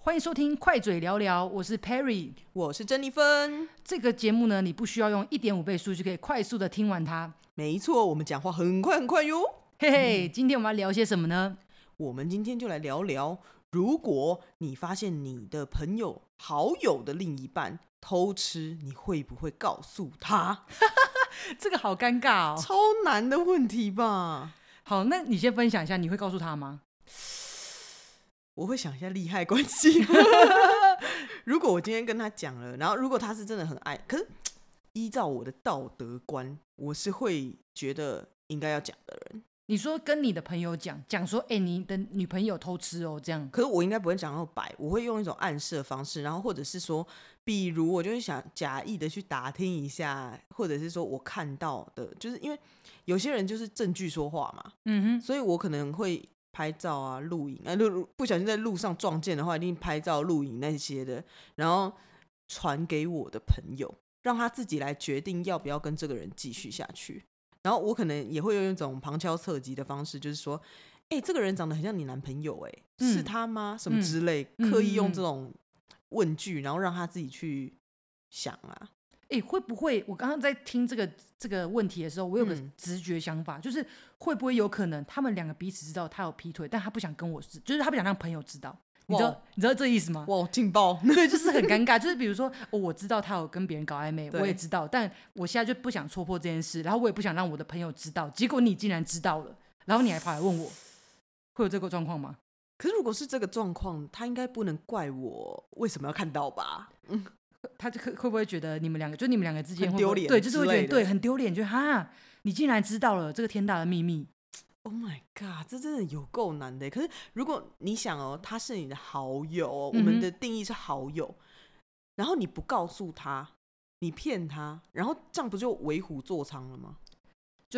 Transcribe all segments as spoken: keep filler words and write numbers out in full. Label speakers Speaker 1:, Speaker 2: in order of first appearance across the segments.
Speaker 1: 欢迎收听快嘴聊聊，我是 Perry，
Speaker 2: 我是珍妮芬。
Speaker 1: 这个节目呢，你不需要用 一点五 倍速就可以快速的听完它。
Speaker 2: 没错，我们讲话很快很快哟。
Speaker 1: 嘿嘿，今天我们要聊些什么呢？
Speaker 2: 我们今天就来聊聊，如果你发现你的朋友好友的另一半偷吃，你会不会告诉他？
Speaker 1: 这个好尴尬哦，
Speaker 2: 超难的问题吧。
Speaker 1: 好，那你先分享一下，你会告诉他吗？
Speaker 2: 我会想一下利害关系。如果我今天跟他讲了，然后如果他是真的很爱，可是依照我的道德观，我是会觉得应该要讲的人。
Speaker 1: 你说跟你的朋友讲讲说，哎、欸，你的女朋友偷吃哦，这样。
Speaker 2: 可是我应该不会讲到白，我会用一种暗示的方式，然后或者是说，比如我就会想假意的去打听一下，或者是说我看到的，就是因为有些人就是证据说话嘛，
Speaker 1: 嗯哼，
Speaker 2: 所以我可能会拍照啊、录影啊，不小心在路上撞见的话，一定拍照、录影那些的，然后传给我的朋友，让他自己来决定要不要跟这个人继续下去。然后我可能也会用一种旁敲侧击的方式，就是说，哎、欸，这个人长得很像你男朋友、欸，哎、嗯，是他吗？什么之类，嗯、刻意用这种问句，然后让他自己去想啊。
Speaker 1: 哎、欸，会不会？我刚刚在听这个这个问题的时候，我有个直觉想法，嗯、就是会不会有可能他们两个彼此知道他有劈腿，但他不想跟我知，就是他不想让朋友知道。你知道你知道这意思吗？
Speaker 2: 哇，劲爆！
Speaker 1: 对，就是很尴尬。就是比如说、哦，我知道他有跟别人搞暧昧，我也知道，但我现在就不想戳破这件事，然后我也不想让我的朋友知道。结果你竟然知道了，然后你还跑来问我，会有这个状况吗？
Speaker 2: 可是如果是这个状况，他应该不能怪我为什么要看到吧？嗯，
Speaker 1: 他就会不会觉得你们两个，就你们两个之间
Speaker 2: 很丢脸？
Speaker 1: 对，就是会觉得对很丢脸，就哈，你竟然知道了这个天大的秘密。
Speaker 2: Oh my god， 这真的有够难的。可是如果你想哦，他是你的好友、哦嗯、我们的定义是好友，然后你不告诉他，你骗他，然后这样不就为虎作伥了吗？
Speaker 1: 就是，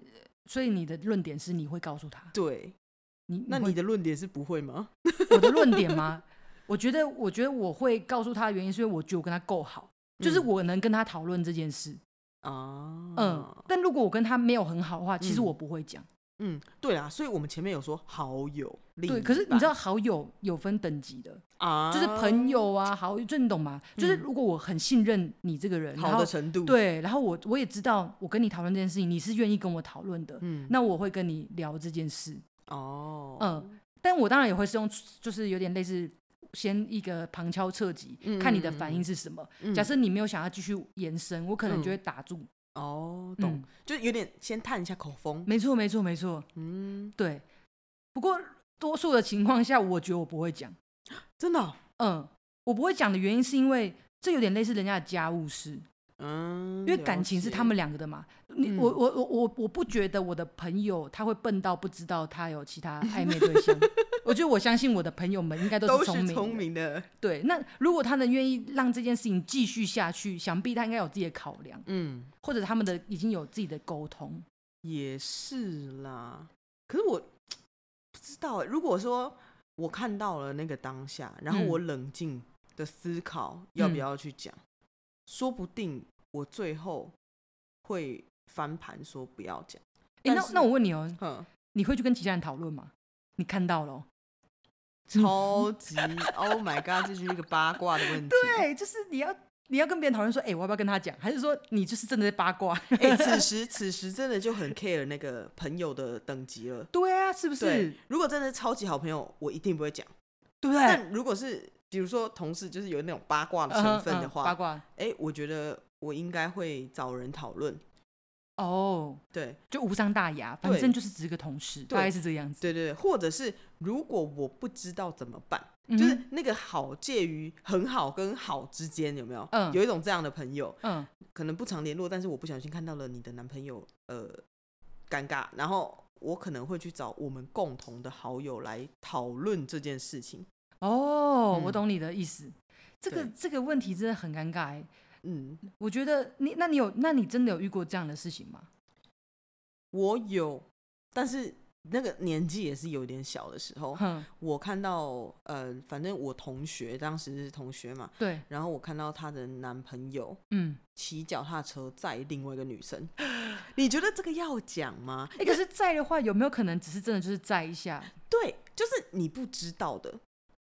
Speaker 1: 所以你的论点是你会告诉他？
Speaker 2: 对，
Speaker 1: 你
Speaker 2: 那你的论点是不会吗？
Speaker 1: 我的论点吗？我觉得，我觉得我会告诉他的原因是因为我觉得我跟他够好，嗯、就是我能跟他讨论这件事啊。嗯，但如果我跟他没有很好的话，其实我不会讲。
Speaker 2: 嗯，对啦，所以我们前面有说好友，
Speaker 1: 对，可是你知道好友有分等级的啊，就是朋友啊，好友，就你懂吗？嗯、就是如果我很信任你这个人，
Speaker 2: 好的程度，
Speaker 1: 对，然后我我也知道我跟你讨论这件事情，你是愿意跟我讨论的，嗯，那我会跟你聊这件事哦，嗯，但我当然也会是用，就是有点类似先一个旁敲侧击，嗯、看你的反应是什么。嗯、假设你没有想要继续延伸，我可能就会打住。嗯
Speaker 2: 哦，懂、嗯，就有点先探一下口风。
Speaker 1: 没错，没错，没错。嗯，对。不过多数的情况下，我觉得我不会讲。
Speaker 2: 真的、哦？
Speaker 1: 嗯，我不会讲的原因是因为这有点类似人家的家务事。嗯，因为感情是他们两个的嘛。你、嗯、我我我我我不觉得我的朋友他会笨到不知道他有其他暧昧对象。我觉得我相信我的朋友们应该都是聪明的。
Speaker 2: 都是聪明的。
Speaker 1: 对，那如果他能愿意让这件事情继续下去，想必他应该有自己的考量，嗯，或者他们的已经有自己的沟通。
Speaker 2: 也是啦，可是我不知道，如果说我看到了那个当下，然后我冷静的思考要不要去讲，嗯、说不定我最后会翻盘说不要讲。
Speaker 1: 欸、那那我问你哦，你会去跟其他人讨论吗？你看到了、哦？
Speaker 2: 超级Oh my god， 这是一个八卦的问题。
Speaker 1: 对，就是你要你要跟别人讨论说，哎、欸，我要不要跟他讲？还是说你就是真的在八卦？
Speaker 2: 哎、欸，此时此时真的就很 care 那个朋友的等级了。
Speaker 1: 对啊，是不是？
Speaker 2: 如果真的是超级好朋友，我一定不会讲，
Speaker 1: 对不对？
Speaker 2: 但如果是比如说同事，就是有那种八卦的成分的话，uh-huh, uh,
Speaker 1: 八卦，
Speaker 2: 哎、欸，我觉得我应该会找人讨论。
Speaker 1: 哦、oh,
Speaker 2: 对，
Speaker 1: 就无伤大雅，反正就是只是个同事，大概是这个样子。
Speaker 2: 对对对，或者是如果我不知道怎么办，嗯、就是那个好介于很好跟好之间，有没有？嗯，有一种这样的朋友，嗯，可能不常联络，但是我不小心看到了你的男朋友，呃，尴尬，然后我可能会去找我们共同的好友来讨论这件事情。
Speaker 1: 哦、嗯，我懂你的意思。这个这个问题真的很尴尬、欸。嗯，我觉得你，那你有，那你真的有遇过这样的事情吗？
Speaker 2: 我有，但是那个年纪也是有点小的时候，我看到，呃，反正我同学当时是同学嘛，
Speaker 1: 对，
Speaker 2: 然后我看到她的男朋友，嗯，骑脚踏车载另外一个女生，你觉得这个要讲吗？
Speaker 1: 哎、欸，可是载的话，有没有可能只是真的就是载一下？
Speaker 2: 对，就是你不知道的。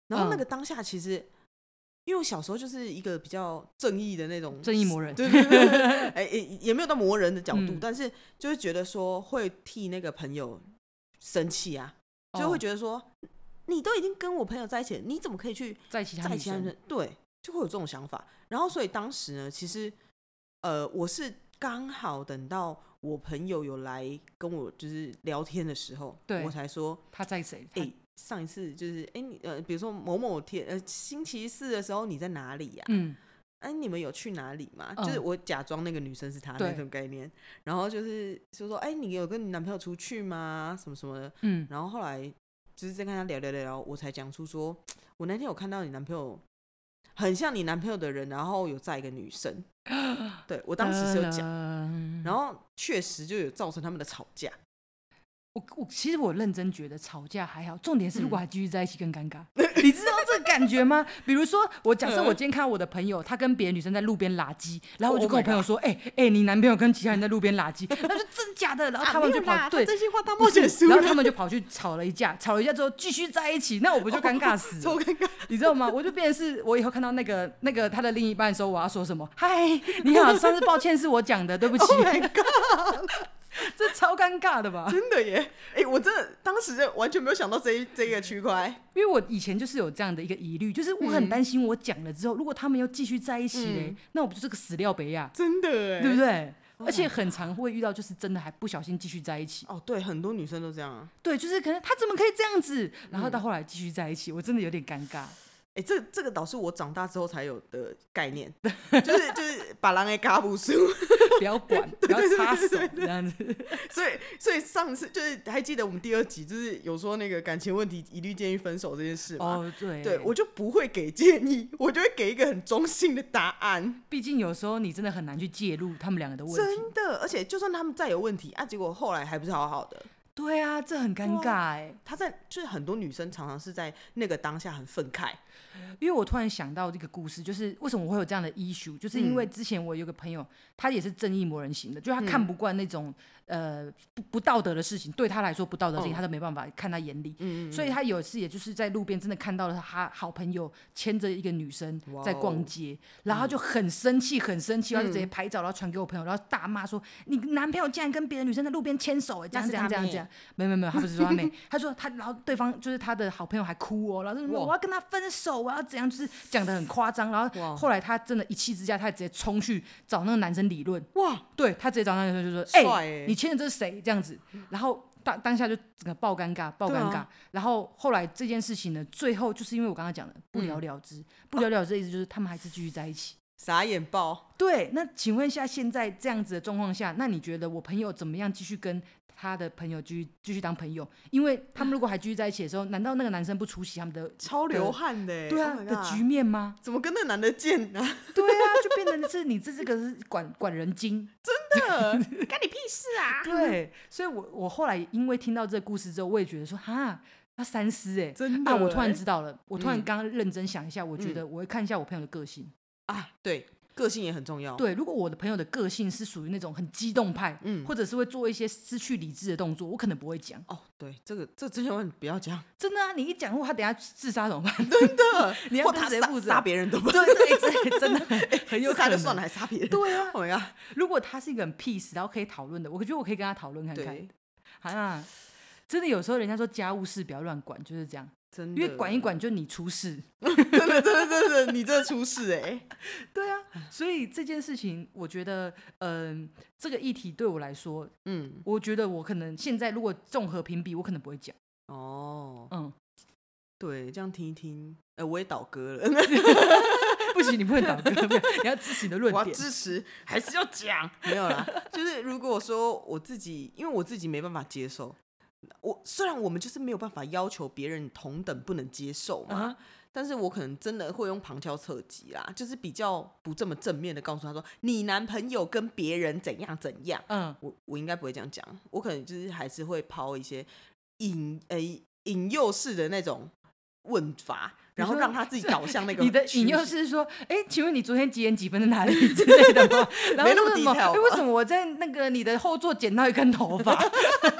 Speaker 2: 然后那个当下其实。嗯因为我小时候就是一个比较正义的那种
Speaker 1: 正义魔人，
Speaker 2: 对对对对，哎、欸，也没有到魔人的角度，嗯、但是就会觉得说会替那个朋友生气啊，哦、就会觉得说你都已经跟我朋友在一起了，你怎么可以去
Speaker 1: 在其他女生？
Speaker 2: 对，就会有这种想法。然后所以当时呢，其实呃，我是刚好等到我朋友有来跟我就是聊天的时候，我才说
Speaker 1: 他在谁？
Speaker 2: 哎。欸上一次就是哎、欸，你呃，比如说某某天呃星期四的时候你在哪里呀、啊？嗯，哎、欸，你们有去哪里吗？嗯、就是我假装那个女生是他那种概念，然后就是就说哎、欸，你有跟你男朋友出去吗？什么什么的，嗯，然后后来就是在跟他聊聊聊，我才讲出说，我那天有看到你男朋友很像你男朋友的人，然后有载一个女生，对我当时是有讲，然后确实就有造成他们的吵架。
Speaker 1: 我, 我其实我认真觉得吵架还好，重点是如果还继续在一起更尴尬、嗯、你知道这个感觉吗？比如说我假设我今天看到我的朋友他跟别的女生在路边拉鸡，然后我就跟我朋友说哎哎、oh 欸欸，你男朋友跟其他人在路边拉鸡，那就真假的，然后他们就跑、啊、对
Speaker 2: 真心话大冒险书，
Speaker 1: 然后他们就跑去吵了一架，吵了一架之后继续在一起，那我不就尴尬死了、
Speaker 2: 超尴尬，
Speaker 1: 你知道吗？我就变成是我以后看到那个那个他的另一半的时候，我要说什么？嗨，你好，上次抱歉是我讲的，对不起。
Speaker 2: Oh my god，
Speaker 1: 这超尴尬的吧？
Speaker 2: 真的耶！哎、欸，我真的当时就完全没有想到这一这个区块，
Speaker 1: 因为我以前就是有这样的一个疑虑，就是我很担心我讲了之后，嗯、如果他们要继续在一起嘞，嗯、那我不就是个死料杯呀？
Speaker 2: 真的哎，
Speaker 1: 对不对？而且很常会遇到，就是真的还不小心继续在一起。
Speaker 2: 哦，对，很多女生都这样啊。
Speaker 1: 对，就是可能他怎么可以这样子，然后到后来继续在一起，我真的有点尴尬。
Speaker 2: 哎、欸，这这个倒是我长大之后才有的概念，就是就是把人的嘎不输，
Speaker 1: 不要管，不要插手这样子。
Speaker 2: 所以所以上次就是还记得我们第二集就是有说那个感情问题一律建议分手这件事嘛？
Speaker 1: 哦，对，
Speaker 2: 对我就不会给建议，我就会给一个很中性的答案。
Speaker 1: 毕竟有时候你真的很难去介入他们两个的问题，
Speaker 2: 真的，而且就算他们再有问题啊，结果后来还不是好好的。
Speaker 1: 对啊，这很尴尬哎、欸。
Speaker 2: 他在就是很多女生常常是在那个当下很愤慨。
Speaker 1: 因为我突然想到这个故事，就是为什么我会有这样的 issue， 就是因为之前我有个朋友，他也是正义魔人型的，就他看不惯那种、嗯、呃 不, 不道德的事情，对他来说不道德的事情，哦、他都没办法看在眼里。嗯嗯嗯，所以他有一次也就是在路边真的看到了他好朋友牵着一个女生在逛街，然后他就很生气很生气，然后就直接拍照，然后传给我朋友，然后大骂说：“你男朋友竟然跟别的女生在路边牵手、欸，这样这样这样这样。”没有没有没有，他不是说他妹，他说他，然后对方就是他的好朋友还哭哦，然后就说我要跟他分手，我要怎样，就是讲得很夸张。然后后来他真的一气之下，他直接冲去找那个男生理论。哇，对他直接找那个男生就说：“哎、欸，你牵的这是谁？”这样子，然后当当下就整个爆尴尬，爆尴尬、啊。然后后来这件事情呢，最后就是因为我刚刚讲的不了了之，嗯、不了了之的意思就是他们还是继续在一起。
Speaker 2: 傻眼爆。
Speaker 1: 对，那请问一下，现在这样子的状况下，那你觉得我朋友怎么样继续跟他的朋友继续继续当朋友？因为他们如果还继续在一起的时候，难道那个男生不出席他们的
Speaker 2: 超流汗的、欸、
Speaker 1: 对啊、oh、的局面吗？
Speaker 2: 怎么跟那个男的见啊？
Speaker 1: 对啊，就变成是你这这个是管管人精，
Speaker 2: 真的干你屁事啊！
Speaker 1: 对，所以我我后来因为听到这个故事之后，我也觉得说哈。要三思哎、欸，
Speaker 2: 真的、
Speaker 1: 欸、啊！我突然知道了，我突然刚刚认真想一下、嗯，我觉得我会看一下我朋友的个性
Speaker 2: 啊，对，个性也很重要。
Speaker 1: 对，如果我的朋友的个性是属于那种很激动派，嗯，或者是会做一些失去理智的动作，我可能不会讲。
Speaker 2: 哦，对，这个这千万不要讲。
Speaker 1: 真的啊，你一讲，如果他等一下自杀怎么办？
Speaker 2: 真的，
Speaker 1: 你要跟谁负责？
Speaker 2: 杀别人都不
Speaker 1: 对对对，真的很有可能。
Speaker 2: 自杀就算了，还杀别人。
Speaker 1: 对啊，
Speaker 2: 哦呀，
Speaker 1: 如果他是一个很 peace， 然后可以讨论的，我觉得我可以跟他讨论看看。啊。真的有时候人家说家务事不要乱管，就是这样，
Speaker 2: 真的，
Speaker 1: 因为管一管就你出事，
Speaker 2: 真的真的真的，你真的出事哎、欸，
Speaker 1: 对啊，所以这件事情，我觉得，嗯、呃，这个议题对我来说，嗯，我觉得我可能现在如果综合评比，我可能不会讲，
Speaker 2: 哦，嗯，对，这样听一听，哎、呃，我也倒戈了。
Speaker 1: 不行，你不能倒戈，你要支持你的论点。
Speaker 2: 我要支持，还是要讲？没有啦，就是如果说我自己，因为我自己没办法接受。我虽然我们就是没有办法要求别人同等不能接受嘛， uh-huh. 但是我可能真的会用旁敲侧击啦，就是比较不这么正面的告诉他说，你男朋友跟别人怎样怎样。嗯，我我应该不会这样讲，我可能就是还是会抛一些引呃引诱式的那种问法，然后让他自己导向那个。
Speaker 1: 你的引诱是说，哎、欸，请问你昨天几点几分在哪里之类的吗？然后
Speaker 2: 没那么 detail 吧、
Speaker 1: 欸、为什么我在那个你的后座捡到一根头发？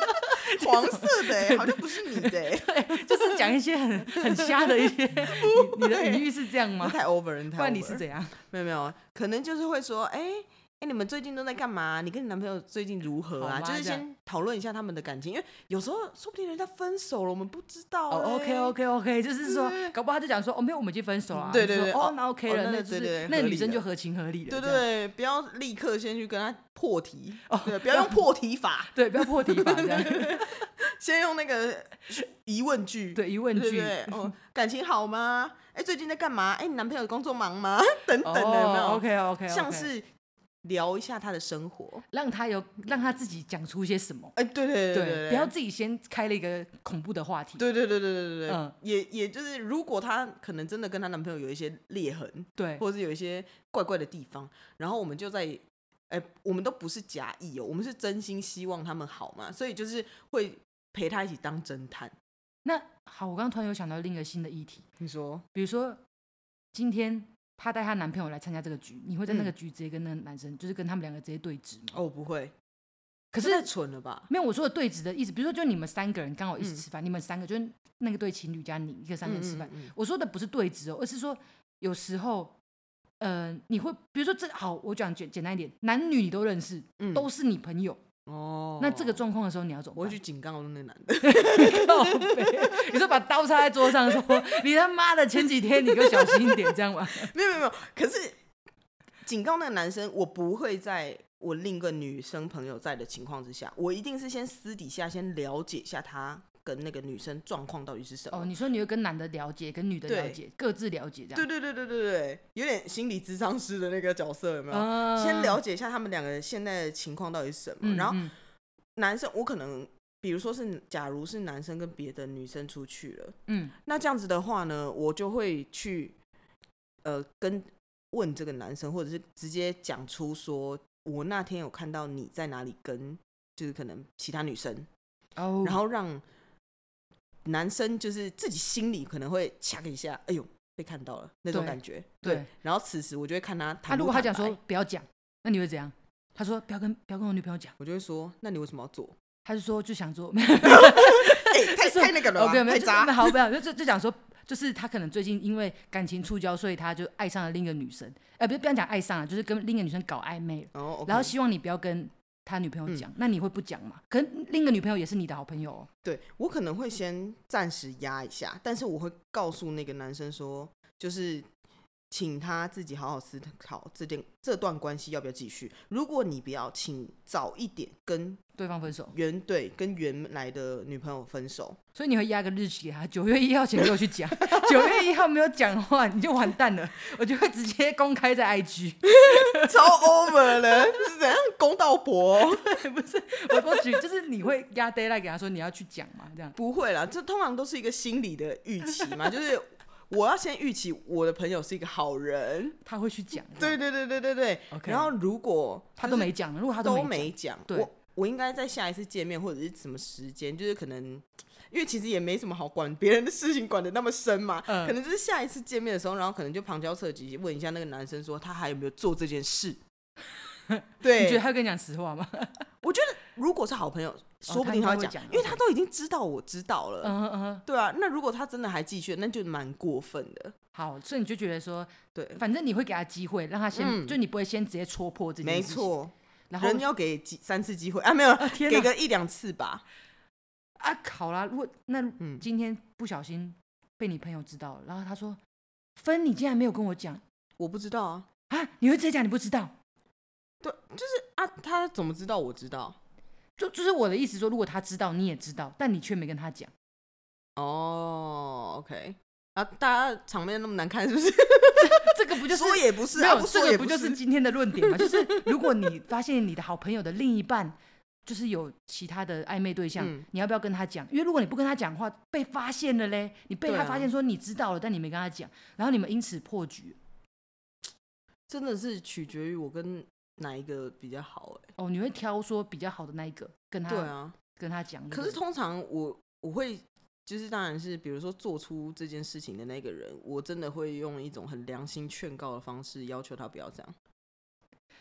Speaker 2: 黄色的、欸，好像不是你的、欸，
Speaker 1: 对，就是讲一些很很瞎的一些，你, 你的隐喻是这样吗？
Speaker 2: 太 over 了，
Speaker 1: 不然你是怎样？
Speaker 2: 没有没有，可能就是会说，哎、欸。哎、欸，你们最近都在干嘛？你跟你男朋友最近如何啊？就是先讨论一下他们的感情，因为有时候说不定人家分手了，我们不知道、欸。
Speaker 1: 哦、oh, ，OK OK OK， 就是说，搞不好他就讲说，哦，没有，我们已经分手了、啊。
Speaker 2: 对对对，
Speaker 1: 哦，那 OK 了，
Speaker 2: 哦、
Speaker 1: 那就是对对对那女生就合情合理了。
Speaker 2: 对对对，不要立刻先去跟他破题，哦、对，不要用破题法，
Speaker 1: 对，不要破题法这样。
Speaker 2: 先用那个疑问句，
Speaker 1: 对，疑问句，
Speaker 2: 对对对哦，感情好吗？哎、欸，最近在干嘛？哎、欸，你男朋友工作忙吗？等等的，有没有
Speaker 1: ？OK OK，
Speaker 2: 像是。聊一下他的生活，
Speaker 1: 让他有让他自己讲出一些什么。
Speaker 2: 哎、欸，对对 对, 对, 对, 对，
Speaker 1: 不要自己先开了一个恐怖的话题。
Speaker 2: 对对对对对对对，
Speaker 1: 嗯，
Speaker 2: 也也就是如果她可能真的跟她男朋友有一些裂痕，
Speaker 1: 对，
Speaker 2: 或者是有一些怪怪的地方，然后我们就在，哎、欸，我们都不是假意哦，我们是真心希望他们好嘛，所以就是会陪他一起当侦探。
Speaker 1: 那好，我刚刚突然有想到另一个新的议题，
Speaker 2: 你说，
Speaker 1: 比如说今天。她带她男朋友来参加这个局，你会在那个局直接跟那个男生，嗯、就是跟他们两个直接对峙吗？
Speaker 2: 哦，不会。
Speaker 1: 可是
Speaker 2: 太蠢了吧？
Speaker 1: 没有，我说的对峙的意思，比如说就你们三个人刚好一起吃饭，嗯、你们三个就是那个对情侣加你一个三个人吃饭、嗯嗯嗯，我说的不是对峙哦，而是说有时候，呃，你会比如说这好，我讲简简单一点，男女你都认识，嗯、都是你朋友。哦，那这个状况的时候你要怎么办？
Speaker 2: 我会去警告那个男的。
Speaker 1: 靠北，你说把刀插在桌上说，你他妈的前几天你给我小心一点，这样吗？
Speaker 2: 没有没有没有，可是警告那个男生，我不会在我另一个女生朋友在的情况之下，我一定是先私底下先了解一下他跟那个女生状况到底是什么。
Speaker 1: 哦，你说你会跟男的了解，跟女的了解，各自了解这样。
Speaker 2: 对对对对对对，有点心理咨商师的那个角色有没有？嗯、先了解一下他们两个现在的情况到底是什么，嗯、然后男生我可能。比如说是，假如是男生跟别的女生出去了，嗯，那这样子的话呢，我就会去，呃，跟问这个男生，或者是直接讲出说，我那天有看到你在哪里跟，就是可能其他女生，哦，然后让男生就是自己心里可能会掐一下，哎呦，被看到了那种感觉， 对, 对，然后此时我就会看他坦不坦白，他
Speaker 1: 如果他讲说不要讲，那你会怎样？他说不要跟不要跟我女朋友讲，
Speaker 2: 我就会说，那你为什么要做？
Speaker 1: 他就说就想做，
Speaker 2: 哎、欸，太太那个了吧，
Speaker 1: okay,
Speaker 2: 太渣。
Speaker 1: 好，不要，就就讲说，就是他可能最近因为感情触礁，所以他就爱上了另一个女生。哎、欸，不是，不要讲爱上了，就是跟另一个女生搞暧昧了。哦 okay、然后希望你不要跟他女朋友讲、嗯，那你会不讲吗？可能另一个女朋友也是你的好朋友哦。
Speaker 2: 对，我可能会先暂时压一下，但是我会告诉那个男生说，就是请他自己好好思考这件这段关系要不要继续。如果你不要，请早一点跟
Speaker 1: 对方分手，
Speaker 2: 原对跟原来的女朋友分手。
Speaker 1: 所以你会压个日期给他，九月一号前给我去讲，九月一号没有讲的话，你就完蛋了，我就会直接公开在 I G，
Speaker 2: 超 over 了，是怎样公道伯、哦？
Speaker 1: 对，不是，我我举就是你会压 deadline 给他说你要去讲嘛，这样
Speaker 2: 不会啦，这通常都是一个心理的预期嘛，就是我要先预期我的朋友是一个好人，
Speaker 1: 他会去讲。
Speaker 2: 对对对对对对。Okay. 然后如果
Speaker 1: 他都没讲，如果他
Speaker 2: 都
Speaker 1: 没
Speaker 2: 讲，
Speaker 1: 对。
Speaker 2: 我我应该在下一次见面或者是什么时间，就是可能因为其实也没什么好管别人的事情管得那么深嘛、嗯，可能就是下一次见面的时候，然后可能就旁敲侧击问一下那个男生说他还有没有做这件事。对，
Speaker 1: 你觉得他会跟你讲实话吗？
Speaker 2: 我觉得如果是好朋友，说不定他会讲、哦，因为他都已经知道我知道了。嗯嗯，对啊，那如果他真的还继续，那就蛮过分的。
Speaker 1: 好，所以你就觉得说，
Speaker 2: 对，
Speaker 1: 反正你会给他机会，让他先，嗯、就你不会先直接戳破这件事情。
Speaker 2: 没错，然后人要给几三次机会啊，没有，啊、给个一两次吧。
Speaker 1: 啊，好啦，如果那今天不小心被你朋友知道了，然后他说，芬，你竟然没有跟我讲，
Speaker 2: 我不知道啊，
Speaker 1: 啊，你会直接讲你不知道？
Speaker 2: 对，就是啊，他怎么知道我知道？
Speaker 1: 就就是我的意思说，如果他知道，你也知道，但你却没跟他讲。
Speaker 2: 哦 ，OK， 啊，大家场面那么难看，是不是？
Speaker 1: 这个不就是
Speaker 2: 说也不是、啊，
Speaker 1: 没有，
Speaker 2: 不说
Speaker 1: 这个不就是今天的论点吗？就是如果你发现你的好朋友的另一半就是有其他的暧昧对象、嗯，你要不要跟他讲？因为如果你不跟他讲的话，被发现了嘞，你被他发现说你知道了，啊、但你没跟他讲，然后你们因此破局，
Speaker 2: 真的是取决于我跟哪一个比较好哎、欸？
Speaker 1: 哦，你会挑说比较好的那一个跟他，
Speaker 2: 对啊，
Speaker 1: 跟他讲。
Speaker 2: 可是通常我我会就是当然是比如说做出这件事情的那个人，我真的会用一种很良心劝告的方式要求他不要这样。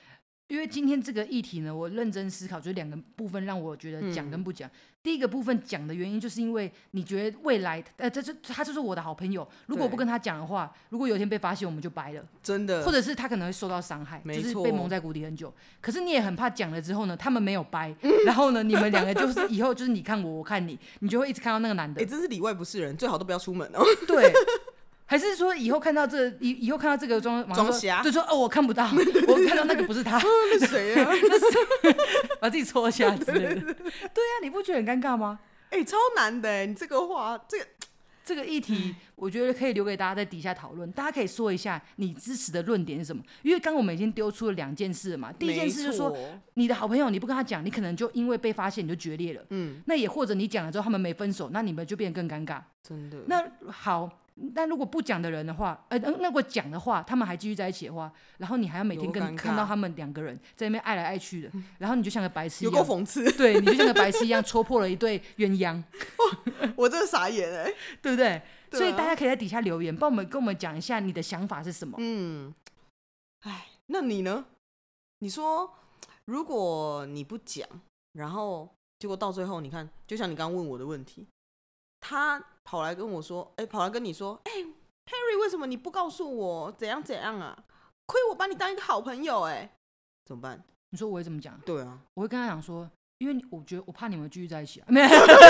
Speaker 1: 因为今天这个议题呢，我认真思考，就是两个部分让我觉得讲跟不讲。嗯、第一个部分讲的原因，就是因为你觉得未来，呃，这就他就是我的好朋友，如果我不跟他讲的话，如果有一天被发现，我们就掰了，
Speaker 2: 真的，
Speaker 1: 或者是他可能会受到伤害，就是被蒙在鼓里很久。可是你也很怕讲了之后呢，他们没有掰，然后呢，你们两个就是以后就是你看我，我看你，你就会一直看到那个男的。
Speaker 2: 哎、欸，真是里外不是人，最好都不要出门哦。
Speaker 1: 对。还是说以后看到这以以后看到这个装
Speaker 2: 装瞎，
Speaker 1: 就说哦我看不到，我看到那个不是他，
Speaker 2: 那谁啊？
Speaker 1: 那是把自己戳瞎之类的。对啊，你不觉得很尴尬吗？
Speaker 2: 哎、欸，超难的哎！你这个话，这个
Speaker 1: 这个议题，我觉得可以留给大家在底下讨论。大家可以说一下你支持的论点是什么？因为刚刚我们已经丢出了两件事了嘛。第一件事就是说，你的好朋友你不跟他讲，你可能就因为被发现你就决裂了。嗯，那也或者你讲了之后他们没分手，那你们就变得更尴尬。
Speaker 2: 真的。
Speaker 1: 那好。但如果不讲的人的话，呃，那如果讲的话，他们还继续在一起的话，然后你还要每天跟看到他们两个人在那边爱来爱去的，然后你就像个白痴一样，
Speaker 2: 有够讽刺，
Speaker 1: 对，你就像个白痴一样戳破了一对鸳鸯，
Speaker 2: 我真的傻眼哎，
Speaker 1: 对不对？对啊、所以大家可以在底下留言，帮我们跟我们讲一下你的想法是什么。
Speaker 2: 嗯，哎，那你呢？你说如果你不讲，然后结果到最后，你看，就像你刚刚问我的问题。他跑来跟我说，哎、欸，跑来跟你说，哎、欸、，Perry， 为什么你不告诉我怎样怎样啊？亏我把你当一个好朋友、欸，哎，怎么办？
Speaker 1: 你说我会怎么讲？
Speaker 2: 对啊，
Speaker 1: 我会跟他讲说，因为我觉得我怕你们继续在一起啊，没有，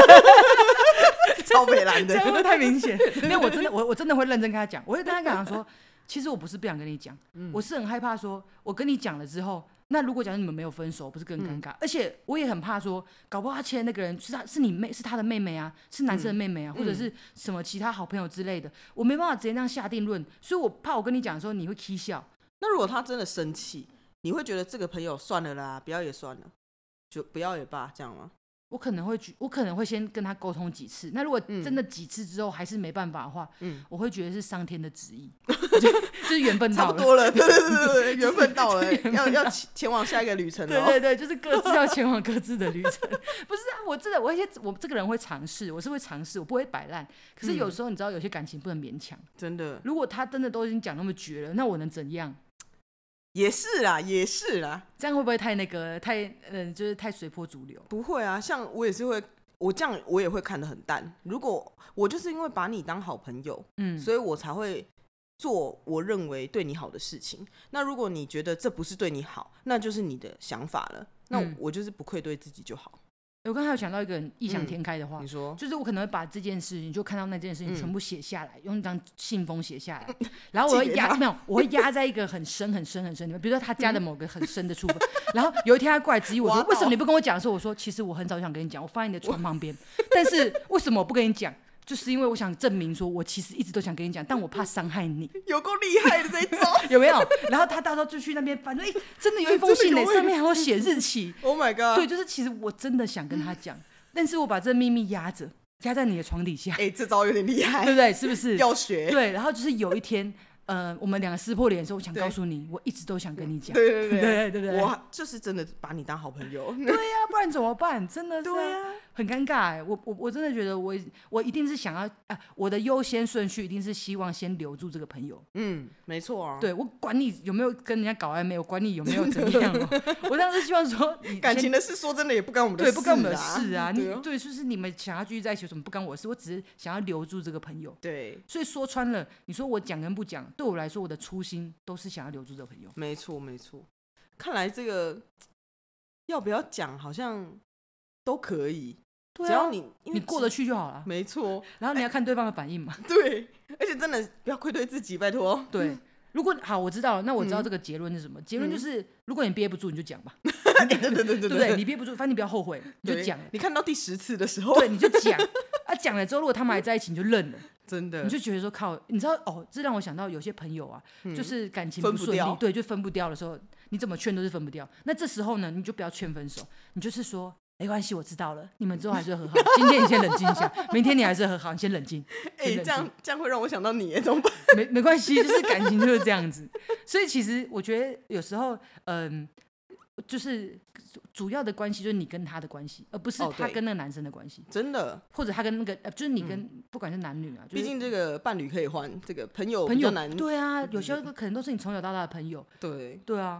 Speaker 2: 超北蓝的，
Speaker 1: 这样会太明显。没有，我真的，我我真的会认真跟他讲，我会跟他讲说，其实我不是不想跟你讲、嗯，我是很害怕说，我跟你讲了之后。那如果假如你们没有分手，不是更尴尬、嗯？而且我也很怕说，搞不好他牵的那个人是他是你妹，是他的妹妹啊，是男生的妹妹啊，嗯、或者是什么其他好朋友之类的，我没办法直接这样下定论，所以我怕我跟你讲的时候你会起笑。
Speaker 2: 那如果他真的生气，你会觉得这个朋友算了啦，不要也算了，就不要也罢，这样吗？
Speaker 1: 我可能会，我可能会先跟他沟通几次。那如果真的几次之后还是没办法的话，嗯、我会觉得是上天的旨意，就, 就是缘分到了，
Speaker 2: 差不多了，对对对对，缘分到了，要要前往下一个旅程了。
Speaker 1: 对对对，就是各自要前往各自的旅程。不是啊，我真的，我一些我这个人会尝试，我是会尝试，我不会摆烂。可是有时候你知道，有些感情不能勉强，
Speaker 2: 真的。
Speaker 1: 如果他真的都已经讲那么绝了，那我能怎样？
Speaker 2: 也是啦，也是啦，
Speaker 1: 这样会不会太那个太嗯、呃，就是太随波逐流？
Speaker 2: 不会啊，像我也是会，我这样我也会看得很淡。如果我就是因为把你当好朋友，嗯，所以我才会做我认为对你好的事情。那如果你觉得这不是对你好，那就是你的想法了。那我就是不愧对自己就好。
Speaker 1: 我刚才有想到一个很异想天开的话、
Speaker 2: 嗯，你说，
Speaker 1: 就是我可能会把这件事情，就看到那件事情全部写下来，嗯、用一张信封写下来，然后我会压，没有，我会压在一个很深很深很深里面，比如说他家的某个很深的处分，然后有一天他过来质疑我说，为什么你不跟我讲的时候，我说其实我很早就想跟你讲，我放在你的床旁边，但是为什么我不跟你讲？就是因为我想证明说，我其实一直都想跟你讲，但我怕伤害你。
Speaker 2: 有够厉害的这一招，
Speaker 1: 有没有？然后他到时候就去那边翻，哎、欸，真的有一封信呢，上面还有写日期。
Speaker 2: Oh my god！
Speaker 1: 对，就是其实我真的想跟他讲，但是我把这秘密压着，压在你的床底下。
Speaker 2: 哎、欸，这招有点厉害，
Speaker 1: 对不对？是不是？
Speaker 2: 要学。
Speaker 1: 对，然后就是有一天。呃，我们两个撕破脸的时候，我想告诉你，我一直都想跟你讲。
Speaker 2: 对对对
Speaker 1: 对对对，
Speaker 2: 我就是真的把你当好朋友。
Speaker 1: 对呀、啊，不然怎么办？真的是、啊，
Speaker 2: 对呀、啊，
Speaker 1: 很尴尬哎。我我我真的觉得我我一定是想要啊，我的优先顺序一定是希望先留住这个朋友。
Speaker 2: 嗯，没错啊。
Speaker 1: 对，我管你有没有跟人家搞暧昧，我管你有没有怎样哦。我当时希望说，
Speaker 2: 感情的事说真的也不干我们的事、啊，
Speaker 1: 对，不干我们的事啊。你对，就是你们想要继续在一起，有什么不干我的事？我只是想要留住这个朋友。
Speaker 2: 对，
Speaker 1: 所以说穿了，你说我讲跟不讲，对我来说，我的初心都是想要留住这个朋友。
Speaker 2: 没错没错，看来这个要不要讲好像都可以，
Speaker 1: 对啊、
Speaker 2: 只要你
Speaker 1: 你过得去就好了。
Speaker 2: 没错，
Speaker 1: 然后你要看对方的反应嘛。
Speaker 2: 欸、对，而且真的不要愧对自己，拜托。
Speaker 1: 对，如果好，我知道了，那我知道这个结论是什么？嗯、结论就是，如果你憋不住，你就讲吧。
Speaker 2: 对对对对对，
Speaker 1: 对不对？你憋不住，反正你不要后悔，你就讲。
Speaker 2: 你看到第十次的时候，
Speaker 1: 对，你就讲。啊，讲了之后，如果他们还在一起，你就认了。
Speaker 2: 真的，
Speaker 1: 你就觉得说靠，你知道哦，这让我想到有些朋友啊，嗯、就是感情不顺
Speaker 2: 利，
Speaker 1: 对，就分不掉的时候，你怎么劝都是分不掉。那这时候呢，你就不要劝分手，你就是说没关系，我知道了，你们之后还是会和好。今天你先冷静一下，明天你还是和好，你先冷静。哎、
Speaker 2: 欸，这样这样会让我想到你，怎么办？
Speaker 1: 没没关系，就是感情就是这样子。所以其实我觉得有时候，嗯、呃，就是主要的关系就是你跟他的关系，而不是他跟那个男生的关系。
Speaker 2: 哦、真的，
Speaker 1: 或者他跟那个，呃，就是你跟、嗯、不管是男女啊，毕、
Speaker 2: 就是、竟这个伴侣可以换，这个朋友
Speaker 1: 朋友
Speaker 2: 难。
Speaker 1: 对啊，有些可能都是你从小到大的朋友。
Speaker 2: 对
Speaker 1: 对啊，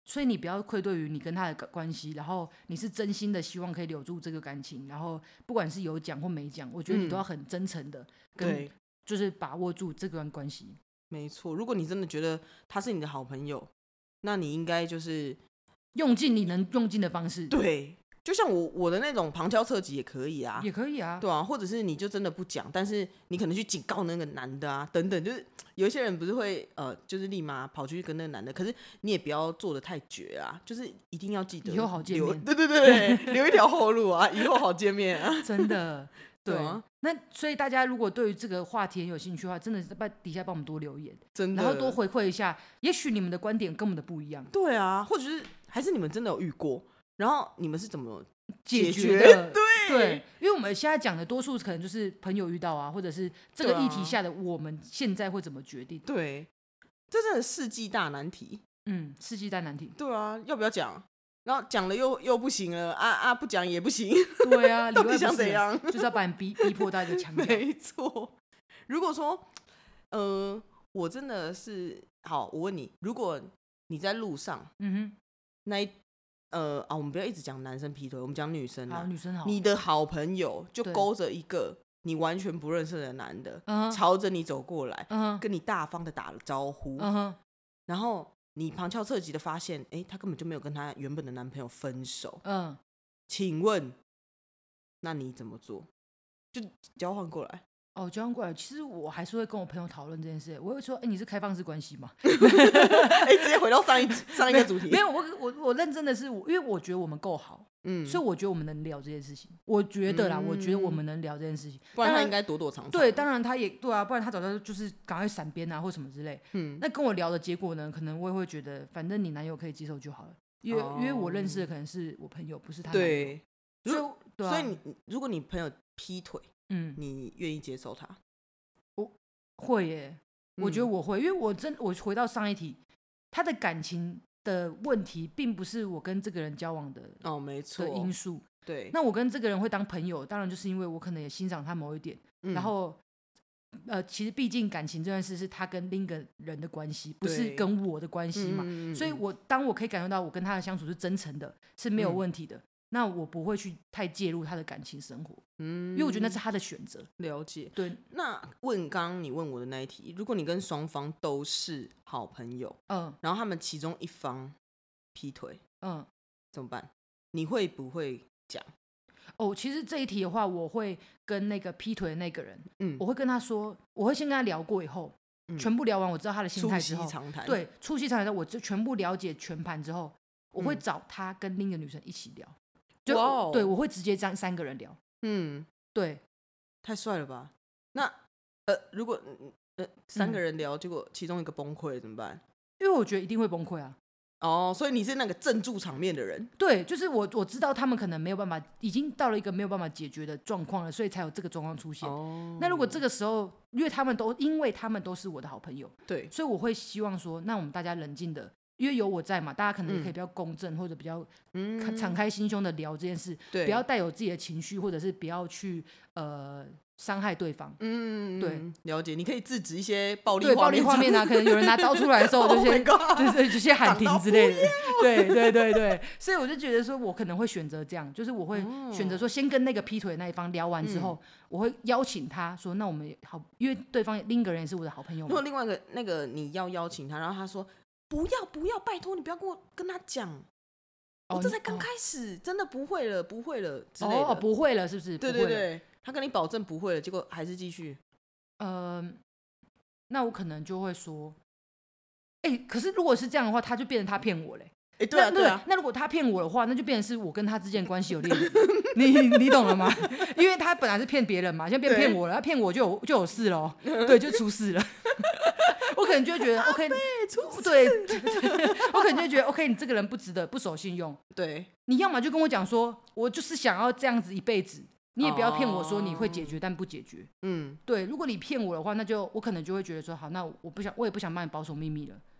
Speaker 1: 所以你不要愧对于你跟他的关系，然后你是真心的希望可以留住这个感情，然后不管是有讲或没讲，我觉得你都要很真诚的跟就是把握住这段关系。
Speaker 2: 没错，如果你真的觉得他是你的好朋友，那你应该就是
Speaker 1: 用尽你能用尽的方式。
Speaker 2: 对，就像我我的那种旁敲侧击也可以啊，
Speaker 1: 也可以啊，
Speaker 2: 对啊，或者是你就真的不讲，但是你可能去警告那个男的啊，等等，就是有一些人不是会呃，就是立马跑去跟那个男的，可是你也不要做的太绝啊，就是一定要记得
Speaker 1: 以后好见面，
Speaker 2: 对对对，留一条后路啊，以后好见面啊，
Speaker 1: 真的。对，
Speaker 2: 对啊，
Speaker 1: 那所以大家如果对于这个话题很有兴趣的话，真的是在底下帮我们多留言，
Speaker 2: 真的，
Speaker 1: 然后多回馈一下，也许你们的观点跟我们的不一样。
Speaker 2: 对啊，或者是还是你们真的有遇过，然后你们是怎么
Speaker 1: 解
Speaker 2: 决
Speaker 1: 的？
Speaker 2: 对
Speaker 1: 对，因为我们现在讲的多数可能就是朋友遇到啊，或者是这个议题下的我们现在会怎么决定？
Speaker 2: 对，这真的世纪大难题。
Speaker 1: 嗯，世纪大难题。
Speaker 2: 对啊，要不要讲？然后讲了又又不行了啊啊！不讲也不行。
Speaker 1: 对啊，
Speaker 2: 到底想怎样？
Speaker 1: 就是要把你逼逼迫到一个墙角。
Speaker 2: 没错。如果说，呃，我真的是好，我问你，如果你在路上，嗯哼，那一呃啊，我们不要一直讲男生劈腿，我们讲女生啊。
Speaker 1: 好，女生好。
Speaker 2: 你的好朋友就勾着一个你完全不认识的男的，嗯、朝着你走过来，嗯、跟你大方的打了招呼，嗯、然后。你旁敲侧击的发现，哎，她根本就没有跟她原本的男朋友分手。嗯，请问，那你怎么做？就交换过来。
Speaker 1: 哦，交换过来，其实我还是会跟我朋友讨论这件事。我会说，哎，你是开放式关系吗？
Speaker 2: 哎，直接回到上一上一个主题。
Speaker 1: 没有，我我我认真的是，因为我觉得我们够好，嗯，所以我觉得我们能聊这件事情。我觉得啦，嗯、我觉得我们能聊这件事情。
Speaker 2: 不然他应该躲躲藏藏。
Speaker 1: 对，当然他也对啊，不然他早就就是赶快闪边啊，或什么之类。嗯，那跟我聊的结果呢，可能我也会觉得，反正你男友可以接受就好了，因为、哦、因为我认识的可能是我朋友，不是他男友。
Speaker 2: 对，
Speaker 1: 所以对、啊、
Speaker 2: 所以你如果你朋友劈腿，嗯，你愿意接受他？
Speaker 1: 我会耶，我觉得我会，因为我真我回到上一题，他的感情的问题，并不是我跟这个人交往的
Speaker 2: 哦，没错
Speaker 1: 的因素。
Speaker 2: 对，
Speaker 1: 那我跟这个人会当朋友，当然就是因为我可能也欣赏他某一点，嗯、然后呃，其实毕竟感情这件事是他跟另一个人的关系，不是跟我的关系嘛，嗯、所以我当我可以感受到我跟他的相处是真诚的，是没有问题的。嗯，那我不会去太介入他的感情生活，嗯，因为我觉得那是他的选择。
Speaker 2: 了解，
Speaker 1: 对。
Speaker 2: 那问刚刚你问我的那一题，如果你跟双方都是好朋友，嗯，然后他们其中一方劈腿，嗯，怎么办？你会不会讲？
Speaker 1: 哦，其实这一题的话，我会跟那个劈腿的那个人，嗯，我会跟他说，我会先跟他聊过以后，嗯、全部聊完，我知道他的心态之后，
Speaker 2: 促膝长谈，
Speaker 1: 对，促膝长谈之后，我就全部了解全盘之后，我会找他跟另一个女生一起聊。就 wow, 对，我会直接这样三个人聊。嗯，对，
Speaker 2: 太帅了吧？那呃，如果呃三个人聊，嗯、结果其中一个崩溃了怎么办？
Speaker 1: 因为我觉得一定会崩溃啊。
Speaker 2: 哦，所以你是那个镇住场面的人。
Speaker 1: 对，就是我我知道他们可能没有办法，已经到了一个没有办法解决的状况了，所以才有这个状况出现。哦，那如果这个时候，因为他们都因为他们都是我的好朋友，
Speaker 2: 对，
Speaker 1: 所以我会希望说，那我们大家冷静的。因为有我在嘛，大家可能也可以比较公正，嗯、或者比较敞开心胸的聊这件事，
Speaker 2: 对，
Speaker 1: 不要带有自己的情绪，或者是不要去呃伤害对方。嗯，对，
Speaker 2: 了解。你可以制止一些暴力
Speaker 1: 对暴力画面啊，可能有人拿刀出来的时候，就先对对，就先喊停之类的。对对对对，所以我就觉得说，我可能会选择这样，就是我会选择说，先跟那个劈腿的那一方聊完之后，嗯、我会邀请他说，那我们好，因为对方另一个人也是我的好朋友嘛。
Speaker 2: 如果另外一个那个你要邀请他，然后他说。不要不要，拜托你不要跟我跟他讲，我、哦、这才刚开始，哦、真的不会了，不会了之类的。
Speaker 1: 哦，不会了，是不是？
Speaker 2: 对对对，他跟你保证不会了，结果还是继续。
Speaker 1: 呃，那我可能就会说，哎、欸，可是如果是这样的话，他就变成他骗我嘞。
Speaker 2: 哎、欸，对啊对啊。
Speaker 1: 那如果他骗我的话，那就变成是我跟他之间关系有裂痕。你你懂了吗？因为他本来是骗别人嘛，现在变骗我了，他骗我就有就有事了，对，就出事了。我可能就会觉得 OK， 对，我可能就会觉得 OK， 你这个人不值得，不守信用。
Speaker 2: 对，
Speaker 1: 你要么就跟我讲说，我就是想要这样子一辈子，你也不要骗我说你会解决，但不解决。嗯，对，如果你骗我的话，那就我可能就会觉得说，好，那我不想，我也不想帮你保守秘密了，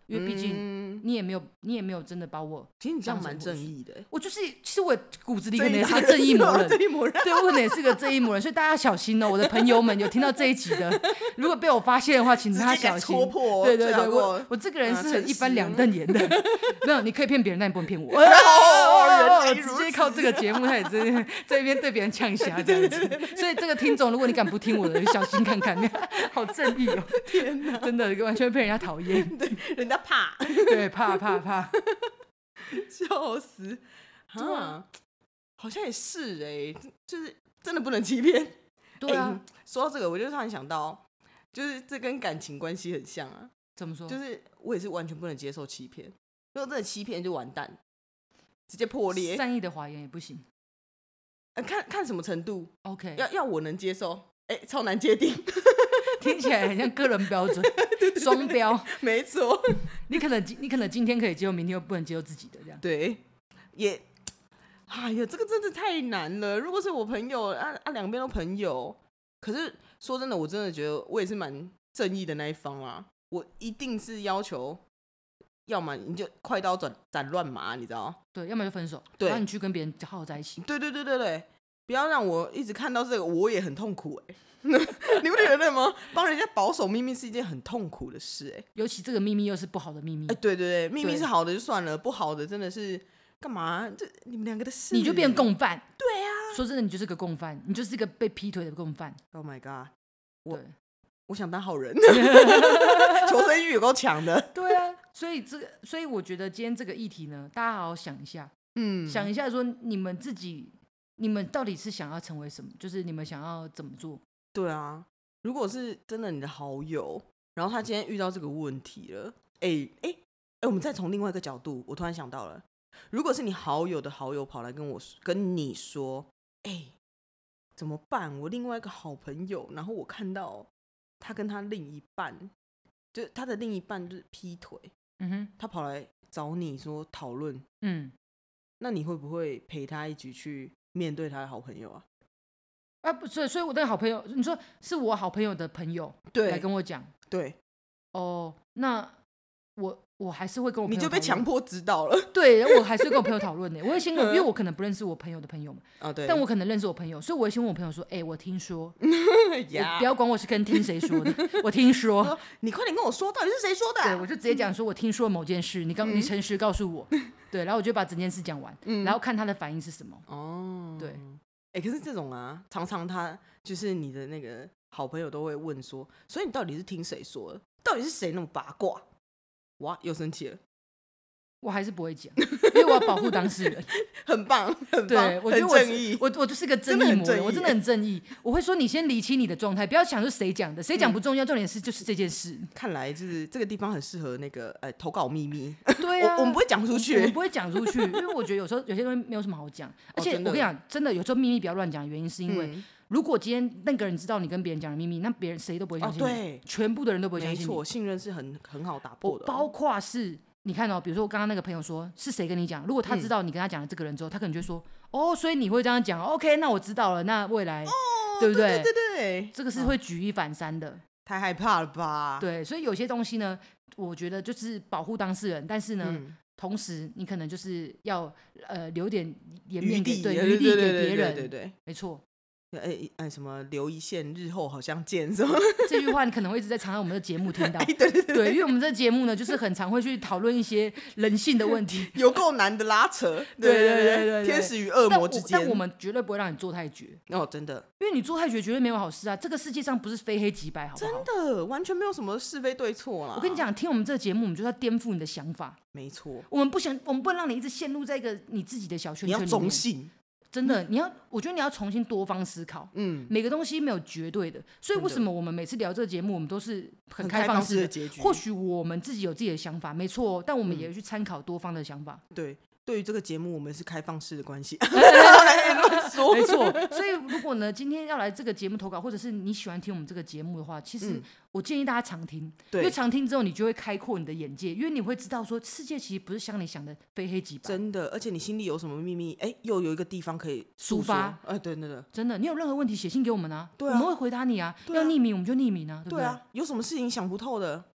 Speaker 1: 因为毕竟你也没有，你也没有真的把我。
Speaker 2: 其实你这样蛮正义的。
Speaker 1: 我就是，其实我骨子里可能也是个正义魔人，
Speaker 2: 正义魔人，
Speaker 1: 对，我可能也是个正义魔人，所以大家小心哦，我的朋友们有听到这一集的，如果被我发现的话，请他小心。对对对，我我这个人是很一翻两瞪眼的，没有，你可以骗别人，但你不能骗我。哦，直接靠这个节目，他也在在一边对别人呛瞎这样子。所以这个听众，如果你敢不听我的，小心看看，好正义哦！
Speaker 2: 天哪，
Speaker 1: 真的完全被人家讨厌，
Speaker 2: 对，人家怕，
Speaker 1: 对，怕怕怕，
Speaker 2: 笑死啊！好像也是哎、欸，就是真的不能欺骗。
Speaker 1: 对啊、
Speaker 2: 欸，说到这个，我就突然想到，就是这跟感情关系很像啊。
Speaker 1: 怎么说？
Speaker 2: 就是我也是完全不能接受欺骗，如果真的欺骗就完蛋，直接破裂。
Speaker 1: 善意的谎言也不行。
Speaker 2: 呃、看看什么程度
Speaker 1: ？OK，
Speaker 2: 要要我能接受，哎、欸，超难界定。
Speaker 1: 听起来很像个人标准，双标。
Speaker 2: 没错，
Speaker 1: 你可能你可能今天可以接受，明天又不能接受自己的这样。
Speaker 2: 对，也，哎呀，这个真的太难了。如果是我朋友啊啊，两边都朋友，可是说真的，我真的觉得我也是蛮正义的那一方啊。我一定是要求，要么你就快刀斩斩乱麻，你知道？
Speaker 1: 对，要么就分手，
Speaker 2: 对，
Speaker 1: 然后你去跟别人好好在一起。
Speaker 2: 对对对对对，不要让我一直看到这个，我也很痛苦哎、欸。你不觉得吗？帮人家保守秘密是一件很痛苦的事哎、欸，
Speaker 1: 尤其这个秘密又是不好的秘密。
Speaker 2: 哎、欸，对对对，秘密是好的就算了，不好的真的是干嘛？这你们两个的事，
Speaker 1: 你就变共犯。
Speaker 2: 对啊，
Speaker 1: 说真的，你就是个共犯，你就是个被劈腿的共犯。
Speaker 2: Oh my god！ 我
Speaker 1: 对
Speaker 2: 我想当好人，求生欲有够强的。
Speaker 1: 对啊，所以这个，所以我觉得今天这个议题呢，大家好好想一下，嗯，想一下说你们自己，你们到底是想要成为什么？就是你们想要怎么做？
Speaker 2: 对啊，如果是真的你的好友，然后他今天遇到这个问题了，哎哎哎，我们再从另外一个角度，我突然想到了，如果是你好友的好友跑来跟我跟你说，哎，怎么办？我另外一个好朋友，然后我看到他跟他另一半，就他的另一半就是劈腿，嗯哼，他跑来找你说讨论，嗯，那你会不会陪他一起去面对他的好朋友啊？
Speaker 1: 啊，不是，所以我那个好朋友，你说是我好朋友的朋友来跟我讲，
Speaker 2: 对，
Speaker 1: 哦，那我我还是会跟我朋友，
Speaker 2: 你就被强迫知道了，
Speaker 1: 对，我还是会跟我朋友讨论的，我会先跟，因为我可能不认识我朋友的朋友嘛，
Speaker 2: 哦对，
Speaker 1: 但我可能认识我朋友，所以我会先问我朋友说，哎、欸，我听说，我不要管我是跟听谁说的，我听说，
Speaker 2: 你快点跟我说，到底是谁说的、啊？
Speaker 1: 对，我就直接讲说我听说某件事，你刚、嗯、你诚实告诉我，对，然后我就把整件事讲完、嗯，然后看他的反应是什么，哦，对。
Speaker 2: 哎、欸，可是这种啊，常常他就是你的那个好朋友都会问说，所以你到底是听谁说的？到底是谁那么八卦？哇，又生气了。
Speaker 1: 我还是不会讲，因为我要保护当事人。
Speaker 2: 很棒，很棒，
Speaker 1: 对，我觉得我
Speaker 2: 正义，
Speaker 1: 我我就是个正义魔人，我真的很正义。我会说，你先理清你的状态，不要想是谁讲的，谁讲不重要，重点是就是这件事。
Speaker 2: 看来就是这个地方很适合那个呃投稿秘密。
Speaker 1: 对啊，
Speaker 2: 我我们不会讲出去，
Speaker 1: 我们不会讲出去，因为我觉得有时候有些东西没有什么好讲。而且我跟你讲，真的有时候秘密不要乱讲，原因是因为、嗯、如果今天那个人知道你跟别人讲的秘密，那别人谁都不会相信你，哦、对，全部的人都不会相信你。
Speaker 2: 没错，信任是很很好打破的、哦，
Speaker 1: 包括是。你看哦，比如说我刚刚那个朋友说是谁跟你讲，如果他知道你跟他讲了这个人之后、嗯、他可能就会说哦，所以你会这样讲 ，OK， 那我知道了，那未来、哦、对不对？
Speaker 2: 对对对对，
Speaker 1: 这个是会举一反三的，
Speaker 2: 太害怕了吧？
Speaker 1: 对，所以有些东西呢，我觉得就是保护当事人，但是呢，嗯、同时你可能就是要呃留点颜面给对余地给别人，对对对对，没错。
Speaker 2: 哎哎，什么留一线，日后好相见，什么
Speaker 1: 这句话你可能会一直在常常我们的节目听到。
Speaker 2: 对对 对, 对,
Speaker 1: 对，因为我们这节目呢，就是很常会去讨论一些人性的问题，
Speaker 2: 有够难的拉扯。对对 对, 对, 对，天使与恶魔之间。
Speaker 1: 但我们绝对不会让你做太绝
Speaker 2: 哦，真的，
Speaker 1: 因为你做太绝绝对没有好事啊。这个世界上不是非黑即白，好不好？
Speaker 2: 真的，完全没有什么是非对错啦。
Speaker 1: 我跟你讲，听我们这个节目，我们就是要颠覆你的想法。
Speaker 2: 没错，
Speaker 1: 我们不想，我们不能让你一直陷入在一个你自己的小圈圈里面。
Speaker 2: 你要中性。
Speaker 1: 真的，你要，我觉得你要重新多方思考。嗯，每个东西没有绝对的，所以为什么我们每次聊这个节目，我们都是很开放式的
Speaker 2: 结局？
Speaker 1: 或许我们自己有自己的想法，没错，但我们也去参考多方的想法。
Speaker 2: 嗯、对，对于这个节目，我们是开放式的关系。
Speaker 1: 没错，所以如果呢，今天要来这个节目投稿，或者是你喜欢听我们这个节目的话，其实我建议大家常听，因为常听之后，你就会开阔你的眼界，因为你会知道说，世界其实不是像你想的非黑即白。
Speaker 2: 真的，而且你心里有什么秘密，哎，又有一个地方可以
Speaker 1: 抒发。
Speaker 2: 哎，对对对，
Speaker 1: 真的，你有任何问题写信给我们啊，
Speaker 2: 对啊，
Speaker 1: 我们会回答你啊。要匿名我们就匿名啊，对不对？
Speaker 2: 对啊，有什么事情想不透的，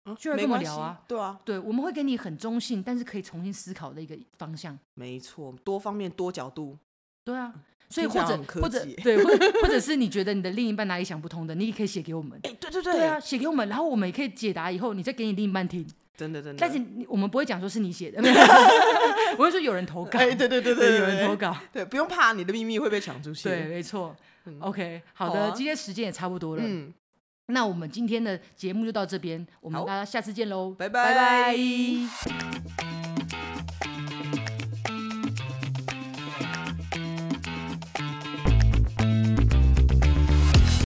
Speaker 1: 就来跟我们聊啊。
Speaker 2: 对啊，
Speaker 1: 对，我们会给你很中性，但是可以重新思考的一个方向。
Speaker 2: 没错，多方面多角度。
Speaker 1: 对啊，所以或者或者
Speaker 2: 对，
Speaker 1: 或者或者是你觉得你的另一半哪里想不通的，你也可以写给我们。
Speaker 2: 哎、欸，对对对，
Speaker 1: 对啊，写给我们，然后我们也可以解答，以后你再给你另一半听。
Speaker 2: 真的真的，
Speaker 1: 但是我们不会讲说是你写的，我会说有人投稿。
Speaker 2: 哎、欸，对对对 对, 对，
Speaker 1: 有人投稿，
Speaker 2: 对，不用怕你的秘密会被抢出去。
Speaker 1: 对，没错。嗯、OK， 好的，好啊、今天时间也差不多了。嗯，那我们今天的节目就到这边，我们大家下次见喽，
Speaker 2: 拜拜。
Speaker 1: 拜拜。